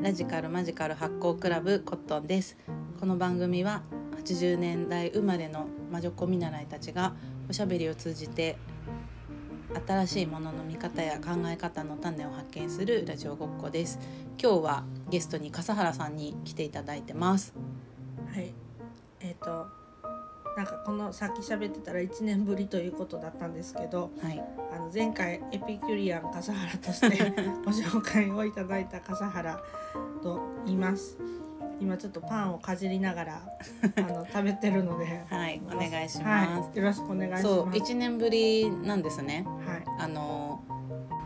ラジカルマジカル発酵クラブコットンです。この番組は80年代生まれの魔女っ子見習いたちがおしゃべりを通じて新しいものの見方や考え方の種を発見するラジオごっこです。今日はゲストに笠原さんに来ていただいてます。 はい、なんかこのさっき喋ってたら1年ぶりということだったんですけど、 はい、 前回エピキュリアン笠原としてご紹介をいただいた笠原と言います。今ちょっとパンをかじりながら食べてるのではい、お願いします、 はい、よろしくお願いします。 そう、1年ぶりなんですね。 はい、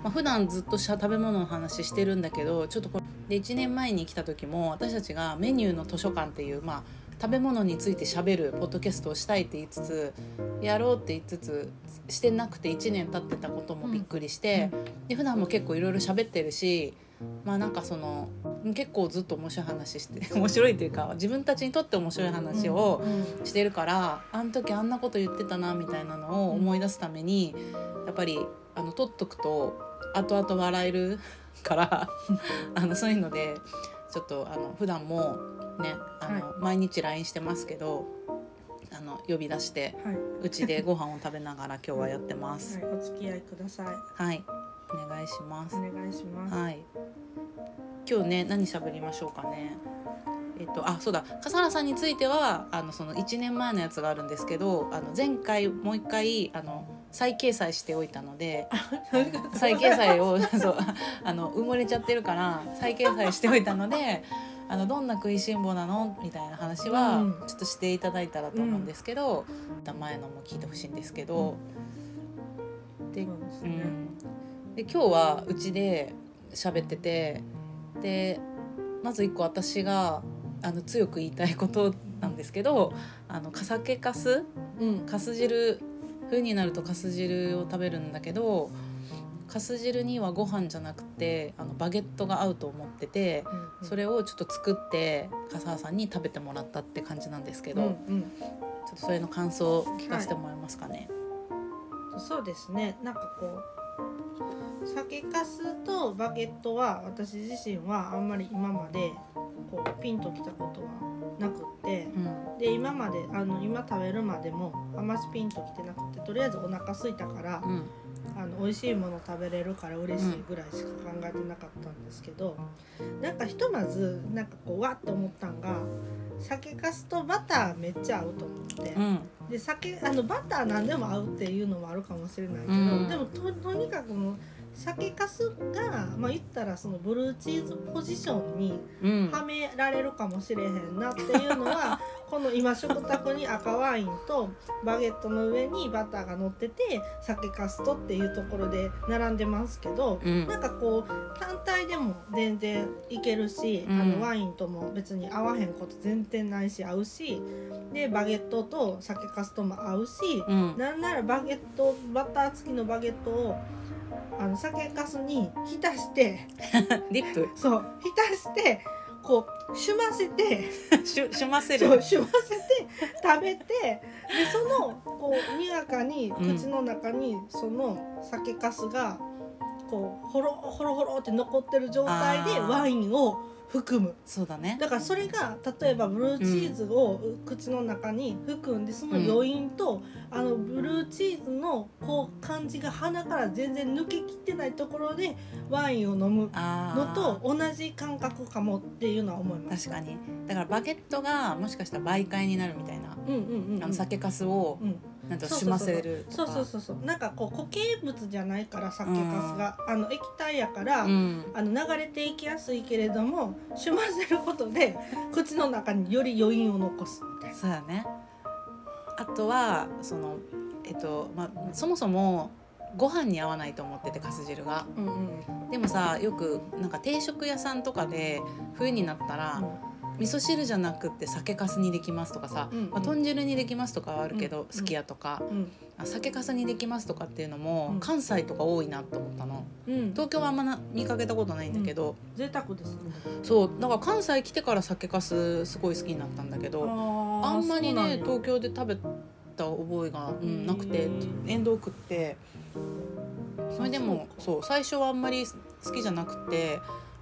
普段ずっと食べ物の話してるんだけど、ちょっとで1年前に来た時も私たちがメニューの図書館っていう、食べ物について喋るポッドキャストをしたいって言いつつやろうって言いつつしてなくて1年経ってたこともびっくりして、で普段も結構いろいろ喋ってるし、なんか結構ずっと面白い話して面白いっていうか自分たちにとって面白い話をしてるから、あの時あんなこと言ってたなみたいなのを思い出すためにやっぱり取っとくと後々笑えるからそういうのでちょっと普段もね毎日 LINE してますけど呼び出してうちでご飯を食べながら今日はやってます、 はい、お付き合いください。 はい、お願いします。 お願いします。 はい、今日ね何喋りましょうかね。そうだ、笠原さんについてはその1年前のやつがあるんですけど、前回もう一回再掲載しておいたので再掲載をそう埋もれちゃってるから再掲載しておいたのでどんな食いしん坊なのみたいな話はちょっとしていただいたらと思うんですけど、前のも聞いてほしいんですけど、で今日はうちで喋ってて、でまず一個私が強く言いたいことなんですけど、酒かす、かす汁冬になるとかす汁を食べるんだけど、かす汁にはご飯じゃなくてバゲットが合うと思ってて、それをちょっと作って笠原さんに食べてもらったって感じなんですけど、ちょっとそれの感想を聞かせてもらえますかね。 はい、そうですね、なんかこう酒かすとバゲットは私自身はあんまり今までこうピンときたことはなくって、で今まで今食べるまでもあんまりピンときてなくて、とりあえずお腹空いたから、美味しいもの食べれるから嬉しいぐらいしか考えてなかったんですけど、なんかひとまずなんかこうわって思ったんが、酒かすとバターめっちゃ合うと思って、でバター何でも合うっていうのもあるかもしれないけど、でも とにかく酒かすが、言ったらそのブルーチーズポジションにはめられるかもしれへんなっていうのは、この今食卓に赤ワインとバゲットの上にバターが乗ってて酒かすとっていうところで並んでますけど、なんかこう単体でも全然いけるし、ワインとも別に合わへんこと全然ないし合うし、でバゲットと酒かすとも合うし、なんならバター付きのバゲットを酒かすに浸してディップそう浸してこうしゅませてしゅませるそうしゅませて食べて、でそのこうにわかに口の中にその酒かすがこうほろほろほろって残ってる状態でワインを含む。 そうだね。 だからそれが例えばブルーチーズを口の中に含んで、その余韻と、ブルーチーズのこう感じが鼻から全然抜けきってないところでワインを飲むのと同じ感覚かもっていうのは思います。 確かに。だからバゲットがもしかしたら媒介になるみたいな、酒かすをなんとしませるとか、 そうなんかこう固形物じゃないから酒かすが、液体やから、流れていきやすいけれどもしゅませることで口の中により余韻を残すみたいな。 そうだね。あとはそもそもご飯に合わないと思っててかす汁が、でもさ、よくなんか定食屋さんとかで冬になったら、味噌汁じゃなくって酒かすにできますとかさ、豚汁にできますとかはあるけど、すき家とか、酒かすにできますとかっていうのも、関西とか多いなと思ったの、東京はあんま見かけたことないんだけど、 贅沢ですね。 そうだから関西来てから酒かすすごい好きになったんだけど、あんまりね東京で食べた覚えが、なくて、遠藤食って、それでもそう最初はあんまり好きじゃなくて、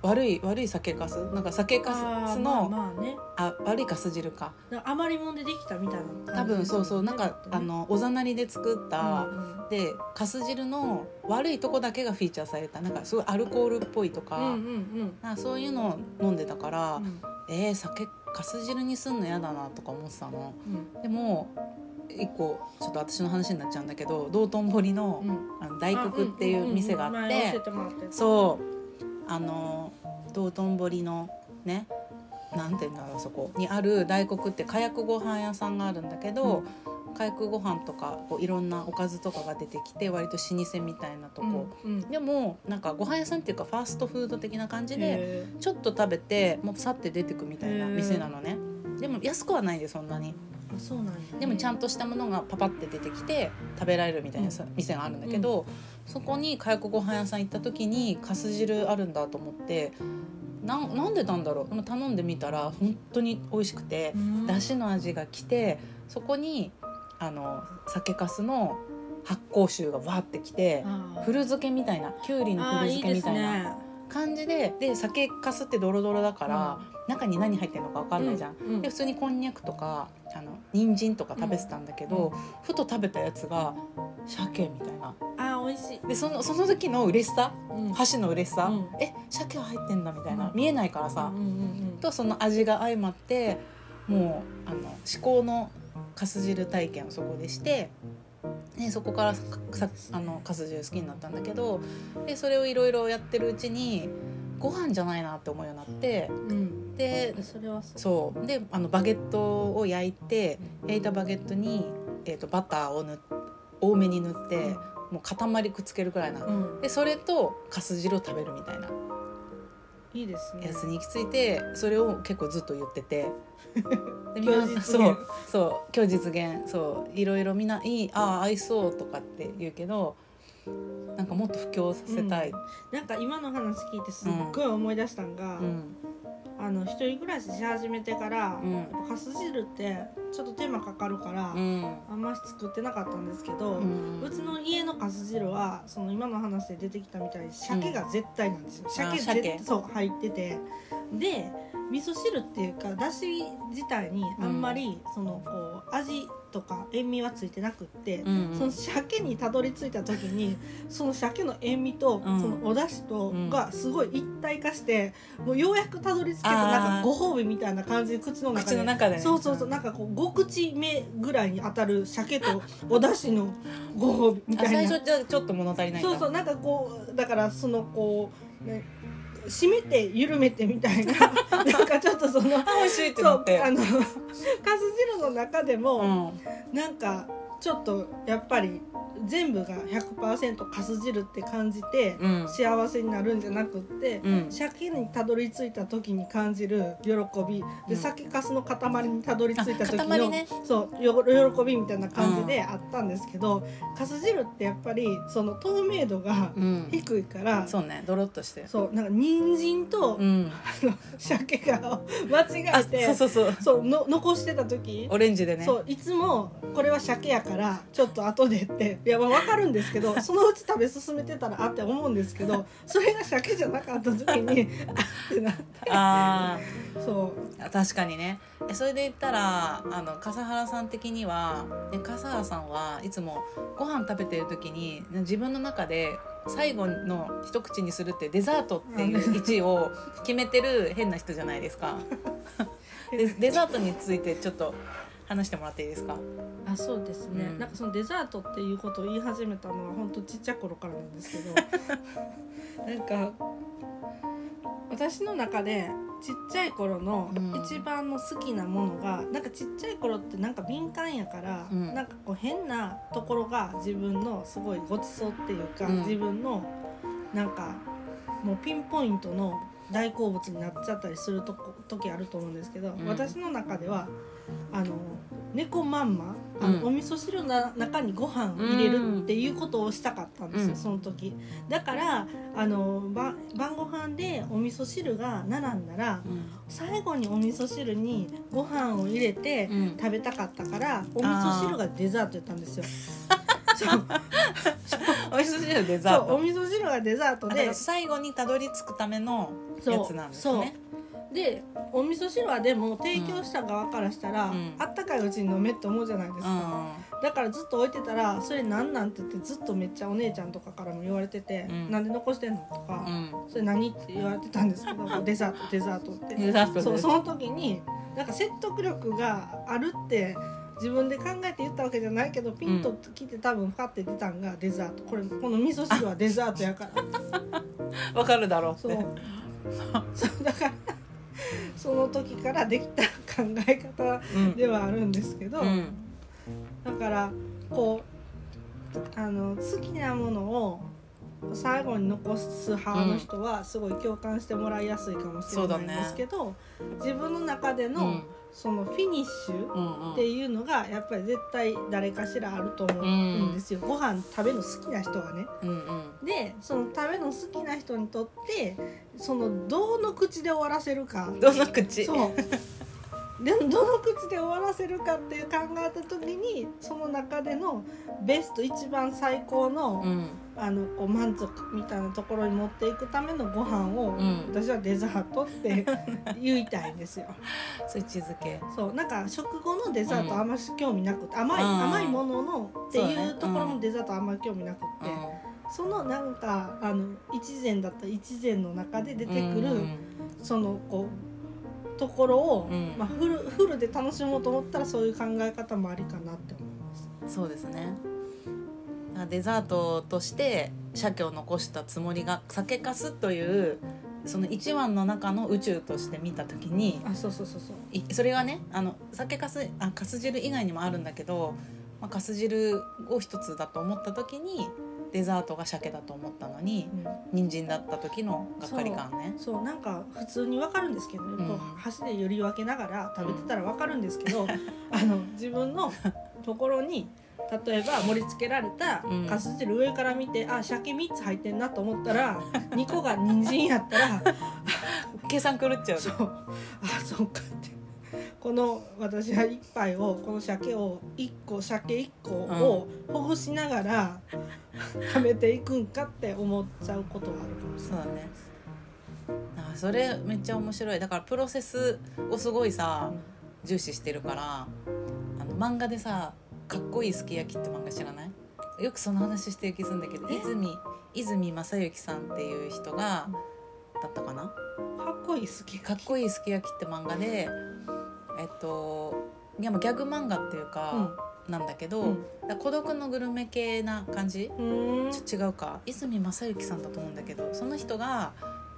悪い酒かす、なんか酒かすのまあね、 悪いかす汁か、 余りもんでできたみたいな感じ、 多分そうなんか、おざなりで作った、でかす汁の悪いとこだけがフィーチャーされた、なんかすごいアルコールっぽいとか、なんかそういうのを飲んでたから、酒かす汁にすんの嫌だなとか思ってたの、でも一個ちょっと私の話になっちゃうんだけど、道頓堀の、大黒っていう店があって、そう道頓堀のね、なんていうんだろう、そこにある大黒ってかやくご飯屋さんがあるんだけど、かやくご飯とかこういろんなおかずとかが出てきて、割と老舗みたいなとこ、でもなんかご飯屋さんっていうかファーストフード的な感じで、ちょっと食べてもうさって出てくみたいな店なのね。でも安くはないで、そんなに。 そうなんだね、 でもちゃんとしたものがパパって出てきて食べられるみたいな店があるんだけど、そこにかやくご飯屋さん行った時にかす汁あるんだと思って、なんでなんだろう、でも頼んでみたら本当に美味しくて、だしの味がきて、そこに酒かすの発酵臭がわーってきて、古漬けみたいな、きゅうりの古漬けみたいな感じで、酒かすってドロドロだから、中に何入ってるのか分かんないじゃん、で普通にこんにゃくとか人参とか食べてたんだけど、ふと食べたやつが鮭みたいな、 美味しい。 でその時の嬉しさ、箸の嬉しさ、鮭は入ってんだみたいな、見えないからさ、とその味が相まって、もう至高のかす汁体験をそこでして、でそこからかす汁好きになったんだけど、でそれをいろいろやってるうちにご飯じゃないなって思うようになって、でそれはそうでバゲットを焼いたバゲットに、バターを多めに塗って、もう塊くっつけるくらいな、でそれとかす汁を食べるみたいな、 いいですね、 やつに行き着いて、それを結構ずっと言っててでみんな今日実現そう今日実現、そういろいろみんないい、合いそうとかって言うけど、なんかもっと布教させたい、 なんか今の話聞いてすっごい思い出したんが、一人暮らしし始めてから、やっぱかす汁ってちょっと手間かかるから、あんまし作ってなかったんですけど、うちの家のかす汁はその今の話で出てきたみたいに鮭が絶対なんですよ、鮭そう入ってて、で味噌汁っていうかだし自体にあんまりそのこう味とか塩味はついてなくって、その鮭にたどり着いた時にその鮭の塩味とそのお出汁とがすごい一体化して、もうようやくたどり着けた、なんかご褒美みたいな感じで口の中でね、そうなんかこう5口目ぐらいに当たる鮭とお出汁のご褒美みたいな。 最初じゃちょっと物足りないんだ。 そうなんかこうだからそのこうね、締めて緩めてみたいななんかちょっとその美味しいってなって、 かす汁の中でも、なんかちょっとやっぱり全部が 100% かす汁って感じて、幸せになるんじゃなくって、鮭にたどり着いた時に感じる喜びで、酒かすの塊にたどり着いた時の、そう喜びみたいな感じであったんですけど、かす汁ってやっぱりその透明度が低いから、 そうね、ドロッとして、 そうなんか人参と、鮭が間違えてそう残してた時、 オレンジでね、 そういつもこれは鮭やからちょっと後でっていや分かるんですけど、そのうち食べ進めてたらって思うんですけど、それが鮭じゃなかった時にってなって、そう確かにね。それで言ったら笠原さん的には、笠原さんはいつもご飯食べてる時に自分の中で最後の一口にするってデザートっていう位置を決めてる変な人じゃないですかデザートについてちょっと話してもらっていいですか？ そうですね、なんかそのデザートっていうことを言い始めたのは本当ちっちゃい頃からなんですけどなんか私の中でちっちゃい頃の一番の好きなものが、なんかちっちゃい頃ってなんか敏感やから、なんかこう変なところが自分のすごいごちそうっていうか、自分のなんかもうピンポイントの大好物になっちゃったりする時あると思うんですけど、私の中では猫まんまお味噌汁の中にご飯を入れるっていうことをしたかったんですよ、その時。だから晩ご飯でお味噌汁が並んだら、最後にお味噌汁にご飯を入れて食べたかったから、お味噌汁がデザートやったんですよそうお味噌汁はデザート。 そうお味噌汁がデザートで最後にたどり着くためのやつなんですね。 でお味噌汁はでも提供した側からしたら、あったかいうちに飲めって思うじゃないですか、だからずっと置いてたらそれなんなんて言ってずっとめっちゃお姉ちゃんとかからも言われてて、なんで残してんのとか、それ何って言われてたんですけどデザートってデザートです。 その時になんか説得力があるって自分で考えて言ったわけじゃないけどピンときて多分ファって出たんがデザート、この味噌汁はデザートやからわかるだろうって。 そうだからその時からできた考え方ではあるんですけど、だからこう好きなものを最後に残す派の人はすごい共感してもらいやすいかもしれないんですけど、自分の中でのそのフィニッシュっていうのがやっぱり絶対誰かしらあると思うんですよ、ご飯食べるの好きな人はね、でその食べるの好きな人にとってそのどの口で終わらせるか、 どの口そうでどの口で終わらせるかっていう考えた時にその中でのベスト一番最高の、こう満足みたいなところに持っていくためのご飯を、私はデザートって言いたいんですよ。 そういう位置づけ。 そうなんか食後のデザートあんまり興味なくて、甘いもののっていうところのデザートあんまり興味なくって、そのなんか一膳だったら一膳の中で出てくる、そのこうところを、フルで楽しもうと思ったらそういう考え方もありかなって思います。 そうですね。デザートとして鮭を残したつもりが酒粕というその一碗の中の宇宙として見たときに、それがね酒粕粕汁以外にもあるんだけど、粕汁を一つだと思ったときにデザートが鮭だと思ったのに、人参だった時のがっかり感ね。 そうなんか普通に分かるんですけどね、こう箸でより分けながら食べてたら分かるんですけど、自分のところに例えば盛り付けられた粕汁上から見て、鮭3つ入ってんなと思ったら2個が人参やったら計算狂っちゃう。 そうかってこの私は一杯をこの鮭1個をほぐしながら食べていくんかって思っちゃうことはあるかもしれない。 そうだね。それめっちゃ面白い。だからプロセスをすごいさ、重視してるから漫画でさかっこいいすき焼きって漫画知らない？よくその話してる気するんだけど、泉正幸さんっていう人がだったかな、 かっこいいすき焼きって漫画でいやギャグ漫画っていうか、なんだけど、孤独のグルメ系な感じ、ちょっと違うか、泉正幸さんだと思うんだけど、その人が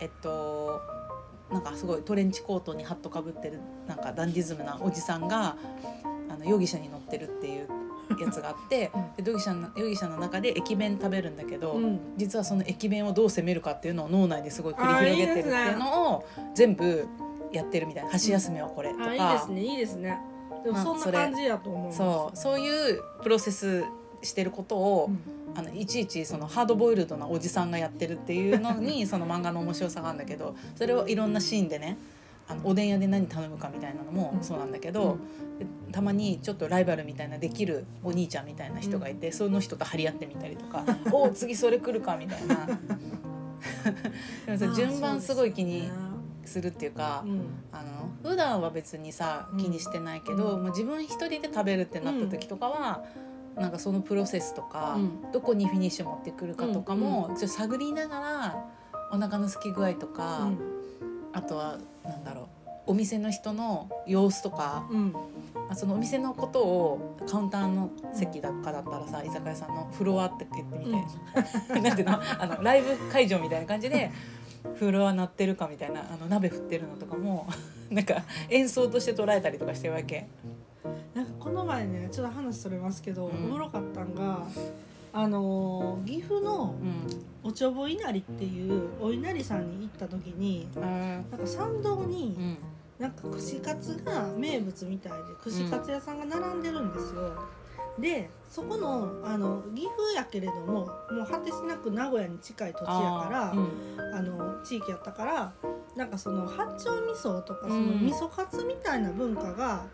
なんかすごいトレンチコートにハットかぶってるなんかダンディズムなおじさんが容疑者に乗ってるっていうやつがあってで容疑者の中で駅弁食べるんだけど、実はその駅弁をどう攻めるかっていうのを脳内ですごい繰り広げてるっていうのを全部やってるみたいな。箸休めはこれとか、 いいですね。でもそんな感じやと思う。そういうプロセスしてることを、いちいちそのハードボイルドなおじさんがやってるっていうのにその漫画の面白さがあるんだけど、それをいろんなシーンでね、おでん屋で何頼むかみたいなのもそうなんだけど、たまにちょっとライバルみたいなできるお兄ちゃんみたいな人がいて、その人と張り合ってみたりとかお次それ来るかみたいなでもさ順番すごい気にするっていうか、普段は別にさ気にしてないけど、自分一人で食べるってなった時とかは、なんかそのプロセスとか、どこにフィニッシュ持ってくるかとかも、ちょっと探りながらお腹の空き具合とか、あとはなんだろう、お店の人の様子とか、そのお店のことをカウンターの席だったらさ、居酒屋さんのフロアって言ってみて、なんていうのライブ会場みたいな感じでフロア鳴ってるかみたいな、鍋振ってるのとかもなんか演奏として捉えたりとかしてるわけ。 なんかこの前ね、ちょっと話それますけど、おもろかったんが岐阜のおちょぼ稲荷っていうお稲荷さんに行った時に、なんか参道に、なんか串カツが名物みたいで串カツ屋さんが並んでるんですよ。でそこの岐阜やけれども、もう果てしなく名古屋に近い土地やから、地域やったから、なんかその八丁味噌とかその味噌カツみたいな文化が、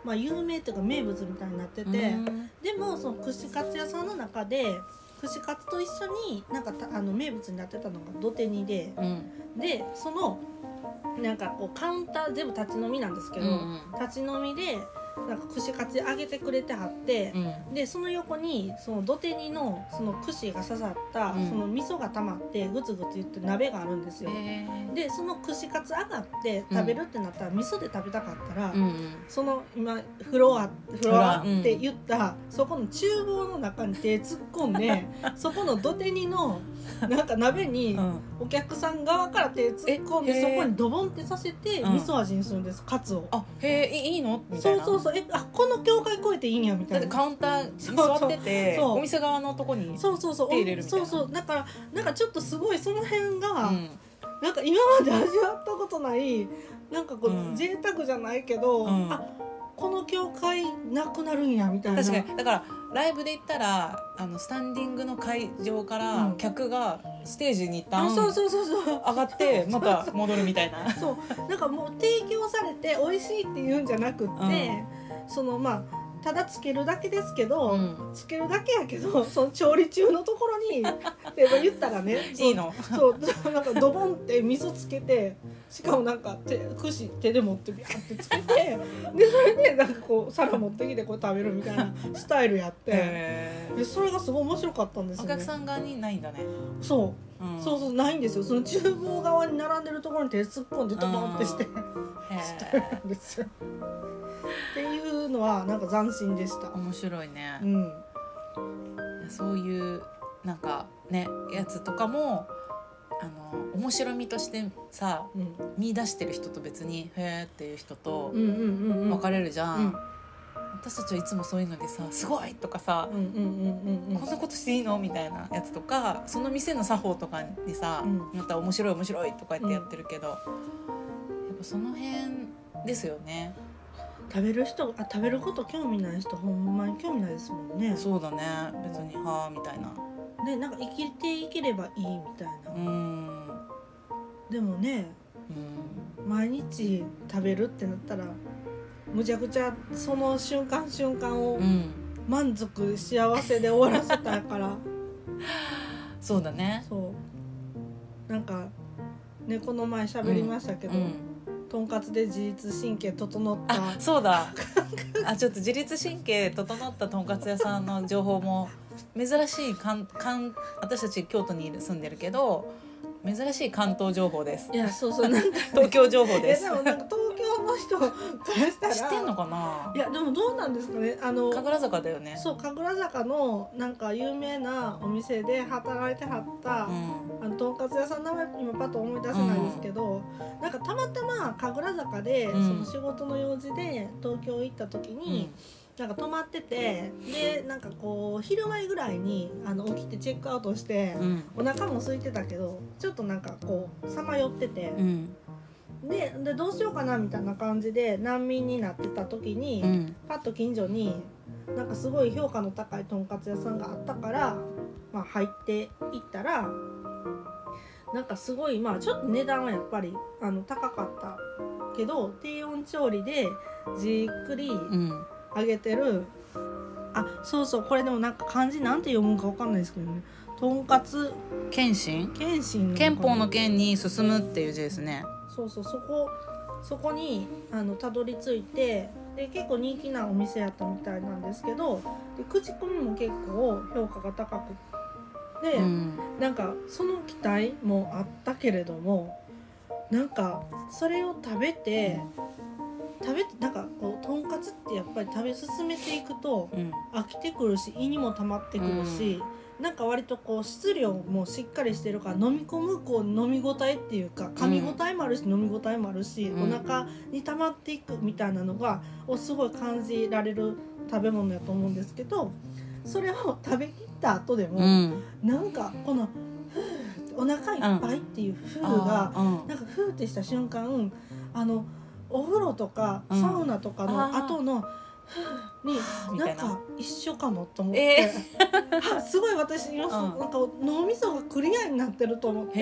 まあ、有名というか名物みたいになってて、でもその串カツ屋さんの中で串カツと一緒になんか名物になってたのが土手煮で、でそのなんかこうカウンター全部立ち飲みなんですけど、立ち飲みでなんか串カツ揚げてくれてはって、でその横にその土手煮のその串が刺さった、その味噌が溜まってグツグツ言って鍋があるんですよ。でその串カツ上がって食べるってなったら、味噌で食べたかったら、その今フロアって言った、そこの厨房の中に手突っ込んでそこの土手煮のなんか鍋にお客さん側から手突っ込んで、そこにドボンってさせて味噌味にするんです、カツを。 あ、へえ、いいのみたいな。 そうこの境界越えていいんやみたいな。 だってカウンターに座ってて、お店側のとこに手入れるみたいな。 だからなんかちょっとすごいその辺が、なんか今まで味わったことないなんかこう、贅沢じゃないけど、この境界なくなるんやみたいな。 確かにだからライブで言ったらスタンディングの会場から客がステージに一旦上がってまた戻るみたいな。 そうなんかもう提供されて美味しいって言うんじゃなくって、そのまあただつけるだけですけど、つけるだけやけどその調理中のところに言ったらねいいのそうなんかドボンって味噌つけて、しかもなんか串手で持ってビャーってつけてでそれでなんかこう皿持ってきてこう食べるみたいなスタイルやってでそれがすごい面白かったんですよね。 お客さん側にないんだね。 そうないんですよ。その厨房側に並んでるところに手突っ込んでドボンってしてスタイルなんですよっていうのはなんか斬新でした。 面白いね、そういうなんかねやつとかも面白みとしてさ、見出してる人と別にへーっていう人と分かれるじゃん、私たちはいつもそういうのでさすごいとかさ、こんなことしていいのみたいなやつとか、その店の作法とかにさ、また面白いとか言ってやってるけど、やっぱその辺ですよね。 食べること興味ない人ほんまに興味ないですもんね。 そうだね、別にはーみたいなね、なんか生きていければいいみたいな。でもね、毎日食べるってなったらむちゃくちゃその瞬間を満足幸せで終わらせたからそうだね。 そうなんかね、この前喋りましたけど、とんかつで自律神経整った。 そうだちょっと自律神経整ったとんかつ屋さんの情報も珍しい私たち京都に住んでるけど珍しい関東情報です。 いやそうなんか東京情報です。 いやでもなんか東京の人からしたら知ってんのかな。 いやでもどうなんですかね。 神楽坂だよね。 そう神楽坂のなんか有名なお店で働いてはった、とんかつ屋さんの名前今パッと思い出せないですけど、なんかたまたま神楽坂で、その仕事の用事で東京行った時に、なんか泊まってて、でなんかこう昼前ぐらいに起きてチェックアウトして、お腹も空いてたけどちょっとなんかこうさまよってて、でどうしようかなみたいな感じで難民になってた時に、パッと近所になんかすごい評価の高いとんかつ屋さんがあったから、まあ、入っていったらなんかすごいまあちょっと値段はやっぱり高かったけど低温調理でじっくり揚げてる、そうこれでもなんか漢字なんて読むか分かんないですけどね、とんかつ謙信憲法の憲に進むっていう字ですね。 そこにたどり着いて、で結構人気なお店やったみたいなんですけど、で口コミも結構評価が高くて、なんかその期待もあったけれども、なんかそれを食べてなんかこうとんかつってやっぱり食べ進めていくと飽きてくるし胃にも溜まってくるし、なんか割とこう質量もしっかりしてるから飲み込むこう飲み応えっていうか噛み応えもあるし飲み応えもあるし、お腹に溜まっていくみたいなのがすごい感じられる食べ物やと思うんですけど、それを食べきった後でも、なんかこのお腹いっぱいっていう風が、なんかフーってした瞬間お風呂とかサウナとかの後のになんか一緒かもと思って、すごい私今なんか脳みそがクリアになってると思って、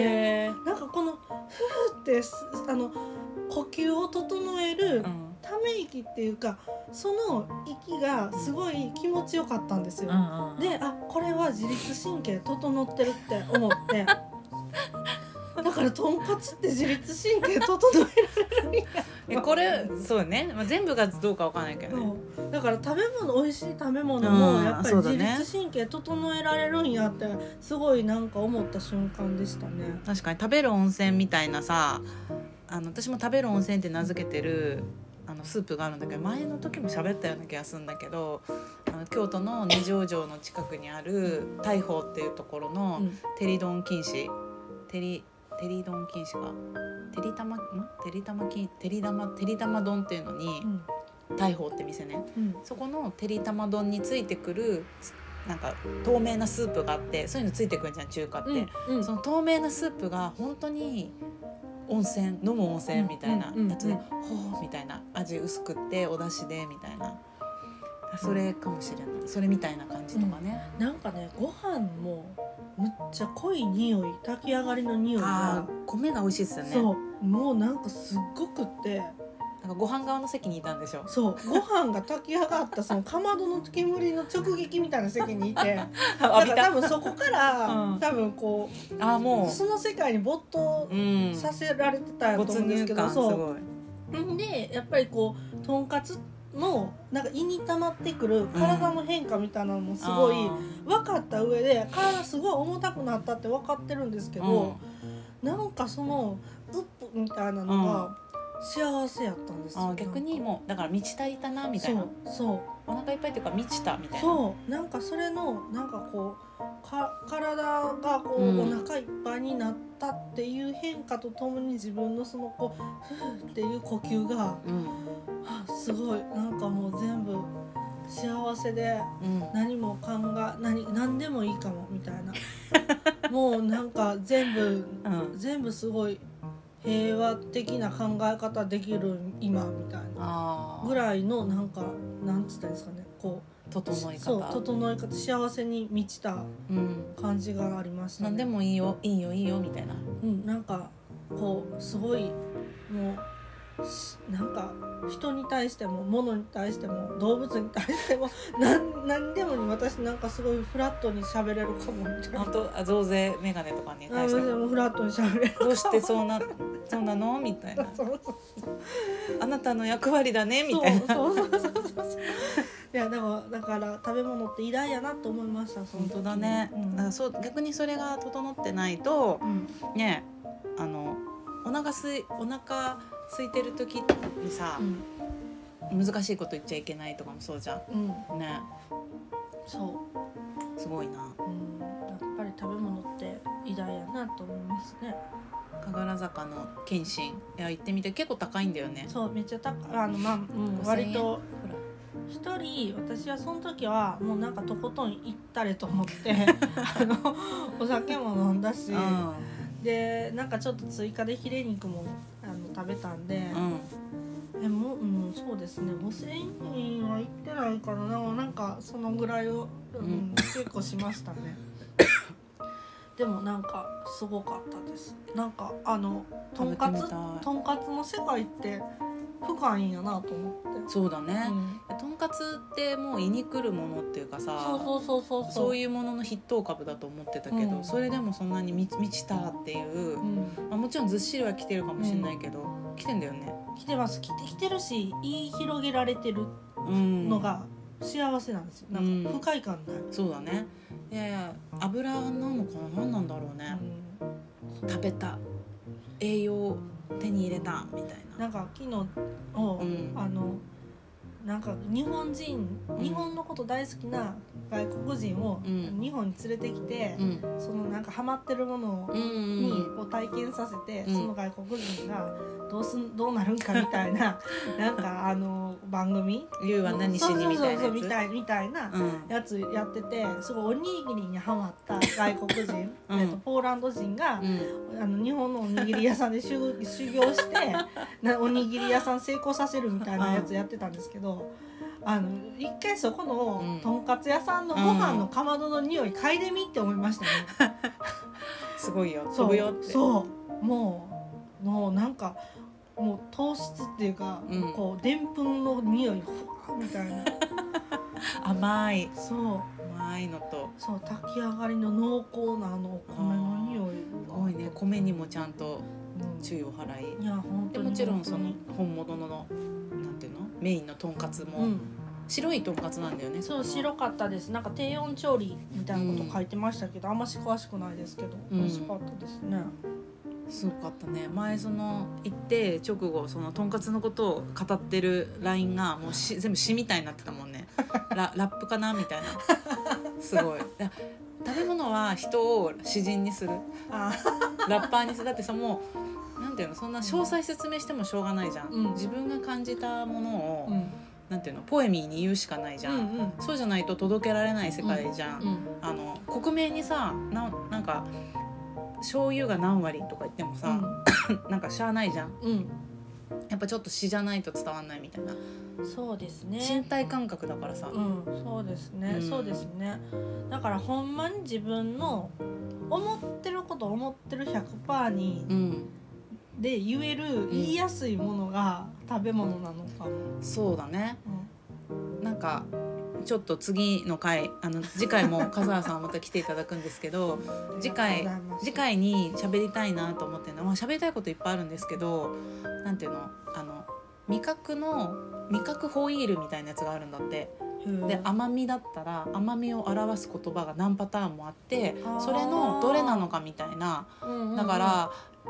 なんかこのフーって呼吸を整えるため息っていうか、 その息がすごい気持ちよかったんですよ、でこれは自律神経整ってるって思ってだからとんかつって自律神経整えられるんやこれそうね、全部がどうかわかんないけどね。 だから美味しい食べ物もやっぱり自律神経整えられるんやってすごいなんか思った瞬間でしたね。 確かに食べる温泉みたいなさ、私も食べる温泉って名付けてるスープがあるんだけど、前の時も喋ったような気がするんだけど、京都の二条城の近くにある大宝っていうところのテリドン金糸、テリドン金糸がてりたま丼っていうのに、大宝って店ね、そこのてりたま丼についてくるなんか透明なスープがあって、そういうのついてくるじゃん中華って、その透明なスープが本当に飲む温泉みたいなやつで、ほうみたいな味薄くってお出汁でみたいな、それかもしれない、それみたいな感じとかね、 なんかねご飯もむっちゃ濃い匂い、炊き上がりの匂いが、 米が美味しいですよね。 そうもうなんかすっごくって、 なんかご飯側の席にいたんでしょ。 そうご飯が炊き上がったそのかまどの煙の直撃みたいな席にいてなんか多分そこから、多分こうもうその世界に没头させられてたやと思うんですけど、そうでやっぱりこうとんかつのなんか胃に溜まってくる体の変化みたいなのもすごい分かった上で、体すごい重たくなったって分かってるんですけど、なんかそのウップみたいなのが幸せやったんですよ。 逆にもうだから満ち足りたなみたいな、 そうお腹いっぱいっていうか満ちたみたいな、 そうなんかそれのなんかこう体がこう、お腹いっぱいになったっていう変化とともに自分のそのこうふーっていう呼吸が、すごいなんかもう全部幸せで、何も何でもいいかもみたいなもうなんか全部すごい平和的な考え方できる今みたいなぐらいのなんかなんつったんですかね、こう整い方、幸せに満ちた感じがありましたね。 何でもいいよみたいな、 なんかこうすごいもうなんか人に対しても物に対しても動物に対しても何でもに私なんかすごいフラットに喋れるかもみたいな。 あと増税メガネとかに対してもフラットに喋れるかも。 どうしてそうなのみたいなあなたの役割だねみたいな。 そういやでもだから食べ物って偉大やなと思いました。 本当だね、そう逆にそれが整ってないと、ねお腹空いてる時にさ、難しいこと言っちゃいけないとかもそうじゃん、ね、そうすごいな、やっぱり食べ物って偉大やなと思いますね。 神楽坂の謙信、いや行ってみて結構高いんだよね。 そうめっちゃ高い、割と一人、私はその時はもうなんかとことん行ったれと思ってお酒も飲んだし、でなんかちょっと追加でヒレ肉も食べたんで、そうですね5000円は行ってないかな、なんかそのぐらいを、結構しましたねでもなんかすごかったです。なんかとんかつの世界って深いんやなと思って。 そうだね、とんかつってもう胃に来るものっていうかさ、そういうものの筆頭株だと思ってたけど、それでもそんなに満ちたっていう、もちろんずっしりは来てるかもしれないけど、来てんだよね。来てます、来てるし、言い広げられてるのが幸せなんですよ。なんか不快感ない。 そうだね。いや油なのかな、何なんだろうね、食べた栄養手に入れたみたいな。 なんか昨日なんか日本のこと大好きな外国人を日本に連れてきて、そのなんかハマってるものにを体験させて、その外国人がどうなるんかみたいななんか番組言うは何しにみたいなやつみたいなやつやってて、すごいおにぎりにハマった外国人ポーランド人が日本のおにぎり屋さんで修行しておにぎり屋さん成功させるみたいなやつやってたんですけど、一回そこのとんかつ屋さんのご飯のかまどの匂い嗅いでみって思いましたねすごいよ、飛ぶよって。 そうもうなんかもう糖質っていうか、こうでんぷんの匂いふわみたいな甘いそうのとそう炊き上がりの濃厚なお米の匂いが多いね。米にもちゃんとうん注意を払い、 いや本当にでもちろんその本当に本物のなんていうのメインのとんかつも、 うん白いとんかつなんだよね。 そう白かったです。なんか低温調理みたいなこと書いてましたけど、あんまし詳しくないですけど、 うん美味しかったですね。 すごかったね。前その行って直後そのとんかつのことを語ってる LINE がもう全部詩みたいになってたもんね。ラップかなみたいな。すごい。食べ物は人を詩人にする、 あラッパーにする。だってさ、もうなんていうの、そんな詳細説明してもしょうがないじゃん、 うん自分が感じたものを、 うんなんていうの、ポエミーに言うしかないじゃん、 うんうんそうじゃないと届けられない世界じゃん、 うん克明にさなんか醤油が何割とか言ってもさ、なんかしゃあないじゃん。 うんやっぱちょっと詩じゃないと伝わんないみたいな、 そうですね。 身体感覚だからさ、 そうですね、 うんそうですね。だからほんまに自分の思ってること思ってる 100% にうんで言える、言いやすいものが食べ物なのかも。 そうだね。なんかちょっと次の回次回も笠原さんはまた来ていただくんですけど次回に喋りたいなと思ってるのは、喋りたいこといっぱいあるんですけど、なんていうの、味覚ホイールみたいなやつがあるんだって。で甘みだったら甘みを表す言葉が何パターンもあって、それのどれなのかみたいな。だから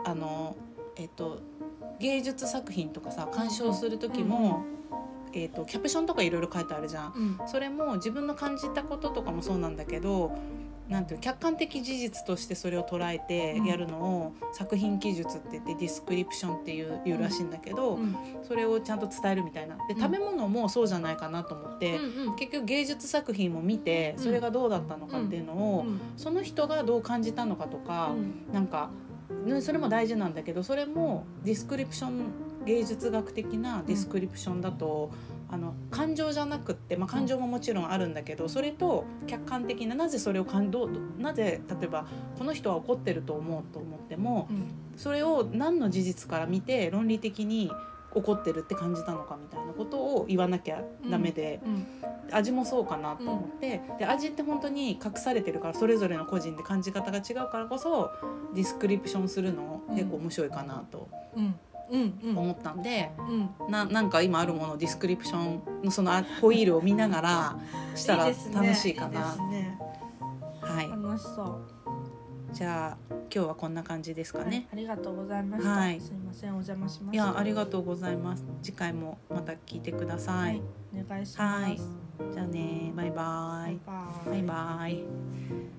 芸術作品とかさ鑑賞する時も、キャプションとかいろいろ書いてあるじゃん、それも自分の感じたこととかもそうなんだけど、なんていう客観的事実としてそれを捉えてやるのを作品記述って言ってディスクリプションっていうらしいんだけど、それをちゃんと伝えるみたいな。で食べ物もそうじゃないかなと思って、結局芸術作品も見てそれがどうだったのかっていうのを、その人がどう感じたのかとか、なんかそれも大事なんだけど、それもディスクリプション、芸術学的なディスクリプションだと、感情じゃなくって、感情ももちろんあるんだけど、それと客観的な、なぜそれをなぜ例えばこの人は怒ってると思うと思っても、それを何の事実から見て論理的に怒ってるって感じたのかみたいなことを言わなきゃダメで、味もそうかなと思って、で味って本当に隠されてるから、それぞれの個人で感じ方が違うからこそディスクリプションするの結構面白いかなと思ったんで、なんか今あるものをディスクリプションのそのホイールを見ながらしたら楽しいかな。はい、 楽しそう。 じゃあ今日はこんな感じですかね。 ありがとうございました。すいません、お邪魔しました。 いや、ありがとうございます。次回もまた聞いてください。 お願いします。 じゃあね、バイバイ。 バイバイ。 バイバイ。